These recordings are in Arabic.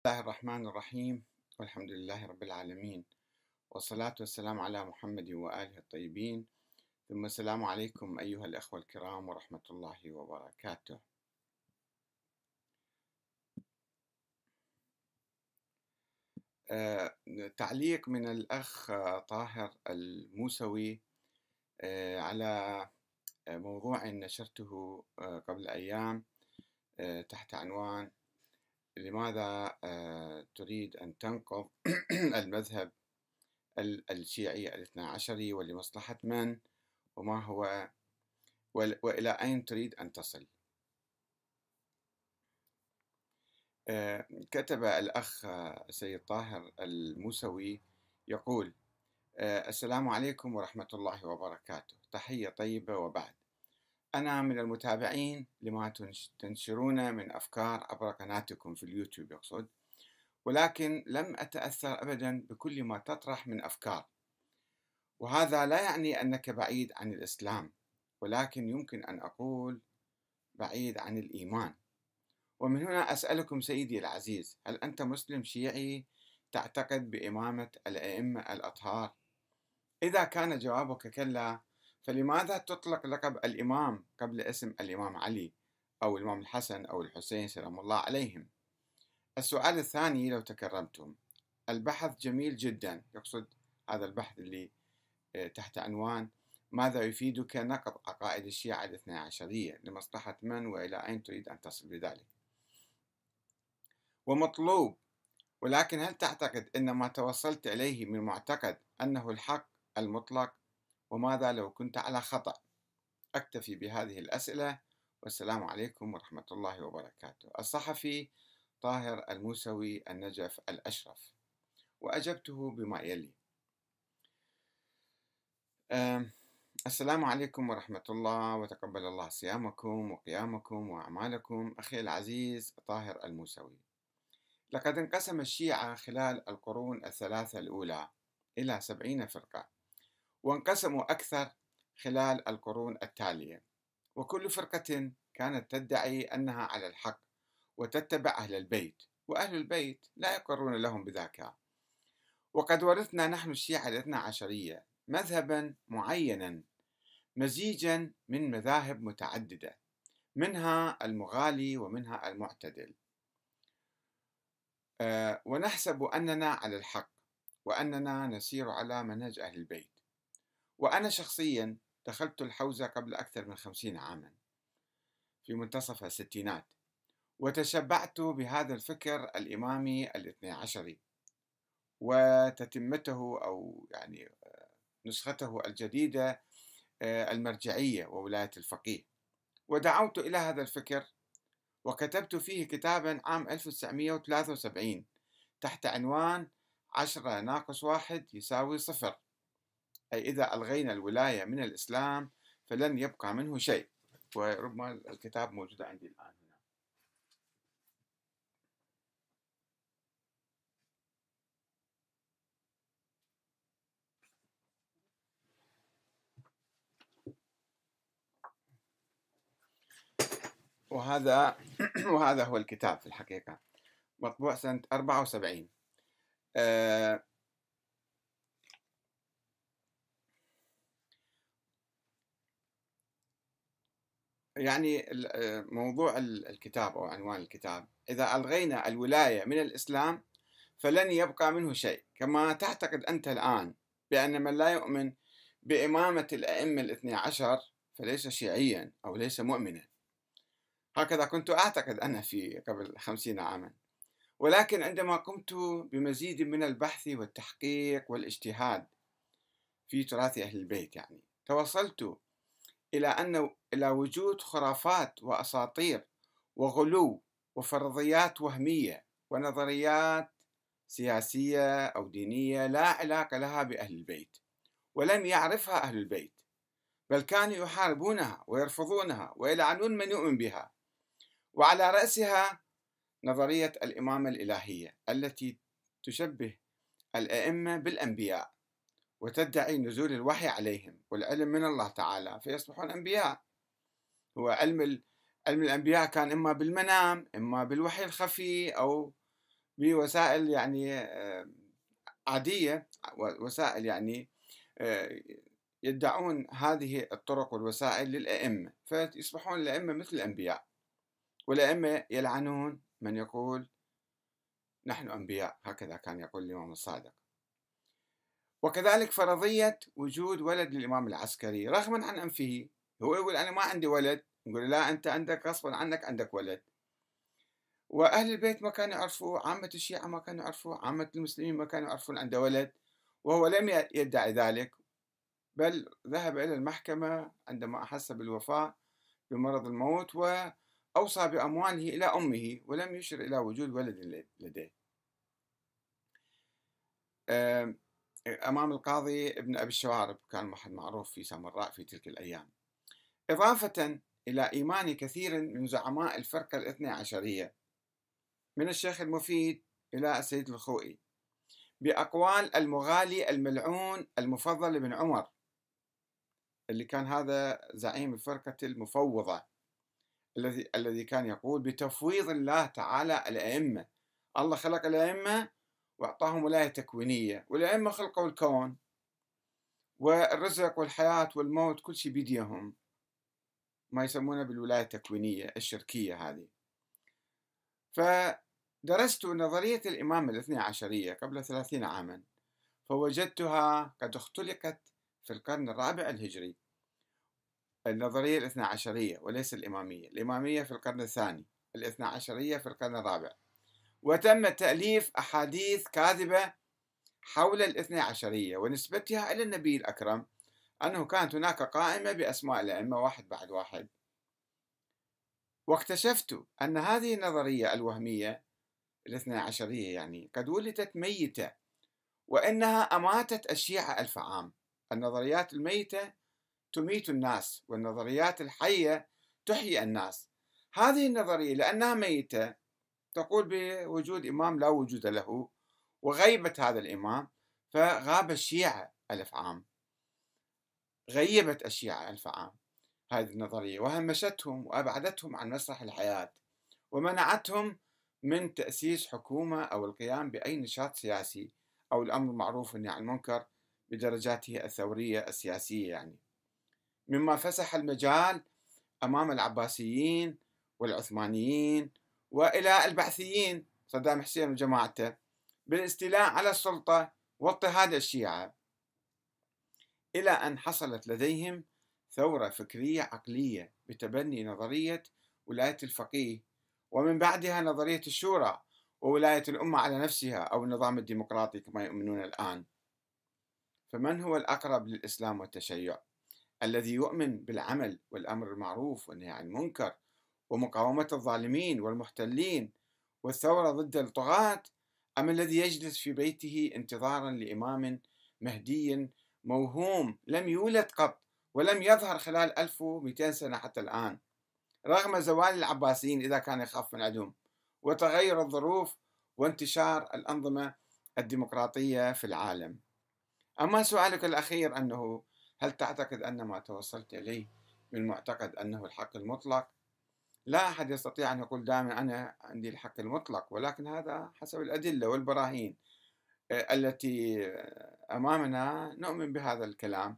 الله الرحمن الرحيم، والحمد لله رب العالمين، والصلاة والسلام على محمد وآله الطيبين، ثم السلام عليكم أيها الأخوة الكرام ورحمة الله وبركاته. تعليق من الأخ طاهر الموسوي على موضوع نشرته قبل أيام تحت عنوان: لماذا تريد أن تنقض المذهب الشيعي الاثنى عشري، ولمصلحة من، وما هو، وإلى أين تريد أن تصل؟ كتب الأخ سيد طاهر الموسوي يقول: السلام عليكم ورحمة الله وبركاته، تحية طيبة وبعد. أنا من المتابعين لما تنشرون من أفكار عبر قناتكم في اليوتيوب يقصد، ولكن لم أتأثر أبدا بكل ما تطرح من أفكار، وهذا لا يعني أنك بعيد عن الإسلام، ولكن يمكن أن أقول بعيد عن الإيمان. ومن هنا أسألكم سيدي العزيز، هل أنت مسلم شيعي تعتقد بإمامة الأئمة الأطهار؟ إذا كان جوابك كلا، فلماذا تطلق لقب الإمام قبل اسم الإمام علي أو الإمام الحسن أو الحسين سلام الله عليهم؟ السؤال الثاني: لو تكرمتم، البحث جميل جدا، يقصد هذا البحث اللي تحت عنوان: ماذا يفيدك نقض عقائد الشيعة الاثنى عشرية، لمصلحة من، وإلى أين تريد أن تصل بذلك؟ ومطلوب، ولكن هل تعتقد أن ما توصلت إليه من معتقد أنه الحق المطلق؟ وماذا لو كنت على خطأ؟ أكتفي بهذه الأسئلة، والسلام عليكم ورحمة الله وبركاته. الصحفي طاهر الموسوي، النجف الأشرف. وأجبته بما يلي: السلام عليكم ورحمة الله، وتقبل الله صيامكم وقيامكم وأعمالكم. أخي العزيز طاهر الموسوي، لقد انقسم الشيعة خلال القرون الثلاثة الأولى إلى 70 فرقة، وانقسموا أكثر خلال القرون التالية، وكل فرقة كانت تدعي أنها على الحق وتتبع أهل البيت، وأهل البيت لا يقرون لهم بذاك. وقد ورثنا نحن الشيعة الاثنى عشرية مذهبا معينا مزيجا من مذاهب متعددة، منها المغالي ومنها المعتدل، ونحسب أننا على الحق، وأننا نسير على منهج أهل البيت. وأنا شخصيا دخلت الحوزة قبل أكثر من 50 عاما في منتصف الستينات، وتشبعت بهذا الفكر الإمامي الاثني عشري وتتمته، أو يعني نسخته الجديدة، المرجعية وولاية الفقيه، ودعوت إلى هذا الفكر، وكتبت فيه كتابا عام 1973 تحت عنوان 10 ناقص 1 يساوي 0، أي إذا ألغينا الولاية من الإسلام فلن يبقى منه شيء. وربما الكتاب موجود عندي الآن هنا. وهذا هو الكتاب في الحقيقة، مطبوع سنة 74. يعني موضوع الكتاب أو عنوان الكتاب: إذا ألغينا الولاية من الإسلام فلن يبقى منه شيء. كما تعتقد أنت الآن بأن من لا يؤمن بإمامة الأئمة الاثني عشر فليس شيعيا أو ليس مؤمنا. هكذا كنت أعتقد أنا في قبل 50 عاما، ولكن عندما قمت بمزيد من البحث والتحقيق والاجتهاد في تراث أهل البيت، يعني توصلت إلى وجود خرافات وأساطير وغلو وفرضيات وهمية ونظريات سياسية أو دينية لا علاقة لها بأهل البيت، ولم يعرفها أهل البيت، بل كانوا يحاربونها ويرفضونها ويلعنون من يؤمن بها. وعلى رأسها نظرية الإمامة الإلهية التي تشبه الأئمة بالأنبياء، وتدعي نزول الوحي عليهم والعلم من الله تعالى فيصبحون أنبياء. هو علم الأنبياء كان إما بالمنام، إما بالوحي الخفي، أو بوسائل يعني عادية، وسائل يعني آه، يدعون هذه الطرق والوسائل للأئمة، فيصبحون الأئمة مثل الأنبياء، والأئمة يلعنون من يقول نحن أنبياء، هكذا كان يقول الإمام الصادق. وكذلك فرضية وجود ولد للإمام العسكري رغما عن أنفه، هو يقول أنا ما عندي ولد، يقول لا أنت عندك غصبا عنك عندك ولد. وأهل البيت ما كانوا يعرفوه، عامة الشيعة ما كانوا يعرفوه، عامة المسلمين ما كانوا يعرفون عنده ولد، وهو لم يدعي ذلك، بل ذهب إلى المحكمة عندما أحس بالوفاة بمرض الموت، وأوصى بأمواله إلى أمه، ولم يشر إلى وجود ولد لديه. أمام القاضي ابن أبي الشوارب، كان واحد معروف في سامراء في تلك الأيام. إضافة إلى إيمان كثير من زعماء الفرقة الاثنى عشرية من الشيخ المفيد إلى السيد الخوئي بأقوال المغالي الملعون المفضل بن عمر، اللي كان هذا زعيم الفرقة المفوضة، الذي كان يقول بتفويض الله تعالى الأئمة، الله خلق الأئمة وأعطاهم ولاية تكوينية، والأئمة خلقوا الكون والرزق والحياة والموت كل شيء بيديهم، ما يسمونه بالولاية التكوينية الشركية هذه. فدرست نظرية الإمامة الاثنى عشرية قبل 30 عاما، فوجدتها قد اختلقت في القرن الرابع الهجري، النظرية الاثنى عشرية وليس الإمامية، الإمامية في القرن الثاني، الاثنى عشرية في القرن الرابع، وتم تأليف أحاديث كاذبة حول الاثنى عشرية ونسبتها إلى النبي الأكرم، أنه كانت هناك قائمة بأسماء الأئمة واحد بعد واحد. واكتشفت أن هذه النظرية الوهمية الاثنى عشرية يعني قد ولدت ميتة، وإنها أماتت الشيعة 1000 عام. النظريات الميتة تميت الناس، والنظريات الحية تحيي الناس. هذه النظرية لأنها ميتة تقول بوجود إمام لا وجود له وغيبة هذا الإمام، فغاب الشيعة 1000 عام، غيبت الشيعة 1000 عام هذه النظرية، وهمشتهم وأبعدتهم عن مسرح الحياة، ومنعتهم من تأسيس حكومة أو القيام بأي نشاط سياسي أو الأمر المعروف والنهي عن المنكر بدرجاته الثورية السياسية يعني، مما فسح المجال أمام العباسيين والعثمانيين وإلى البعثيين صدام حسين وجماعته بالاستيلاء على السلطة واضطهاد الشيعة، إلى أن حصلت لديهم ثورة فكرية عقلية بتبني نظرية ولاية الفقيه، ومن بعدها نظرية الشورى وولاية الأمة على نفسها أو النظام الديمقراطي كما يؤمنون الآن. فمن هو الأقرب للإسلام والتشيع؟ الذي يؤمن بالعمل والأمر المعروف والنهي عن المنكر ومقاومة الظالمين والمحتلين والثورة ضد الطغاة، أم الذي يجلس في بيته انتظارا لإمام مهدي موهوم لم يولد قط ولم يظهر خلال 1200 سنة حتى الآن، رغم زوال العباسيين إذا كان يخاف من عندهم وتغير الظروف وانتشار الأنظمة الديمقراطية في العالم؟ أما سؤالك الأخير أنه هل تعتقد أن ما توصلت إليه من معتقد أنه الحق المطلق؟ لا أحد يستطيع أن يقول دائما أنا عندي الحق المطلق، ولكن هذا حسب الأدلة والبراهين التي أمامنا نؤمن بهذا الكلام،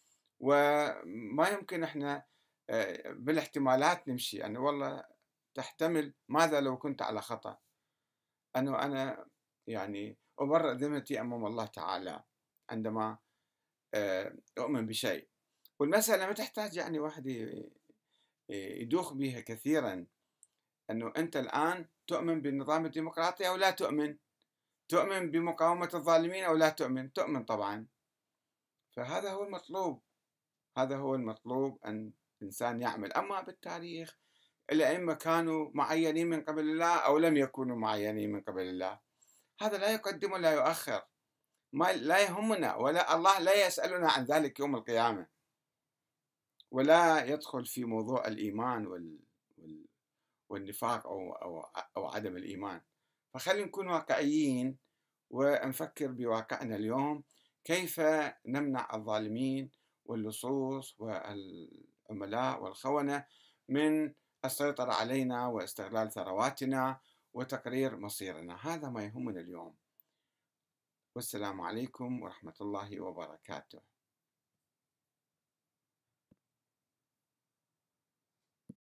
وما يمكن إحنا بالاحتمالات نمشي، أنه والله تحتمل ماذا لو كنت على خطأ، أنه أنا يعني أبرأ ذمتي أمام الله تعالى عندما أؤمن بشيء. والمسألة ما تحتاج يعني واحد يدوخ بها كثيرا، أنه أنت الآن تؤمن بالنظام الديمقراطي أو لا تؤمن، تؤمن بمقاومة الظالمين أو لا تؤمن، تؤمن طبعا. فهذا هو المطلوب، هذا هو المطلوب أن الإنسان يعمل. أما بالتاريخ الأئمة كانوا معينين من قبل الله أو لم يكونوا معينين من قبل الله، هذا لا يقدم ولا يؤخر، ما لا يهمنا، ولا الله لا يسألنا عن ذلك يوم القيامة، ولا يدخل في موضوع الإيمان والنفاق أو عدم الإيمان. فخلينا نكون واقعيين ونفكر بواقعنا اليوم، كيف نمنع الظالمين واللصوص والعملاء والخونة من السيطرة علينا واستغلال ثرواتنا وتقرير مصيرنا. هذا ما يهمنا اليوم. والسلام عليكم ورحمة الله وبركاته.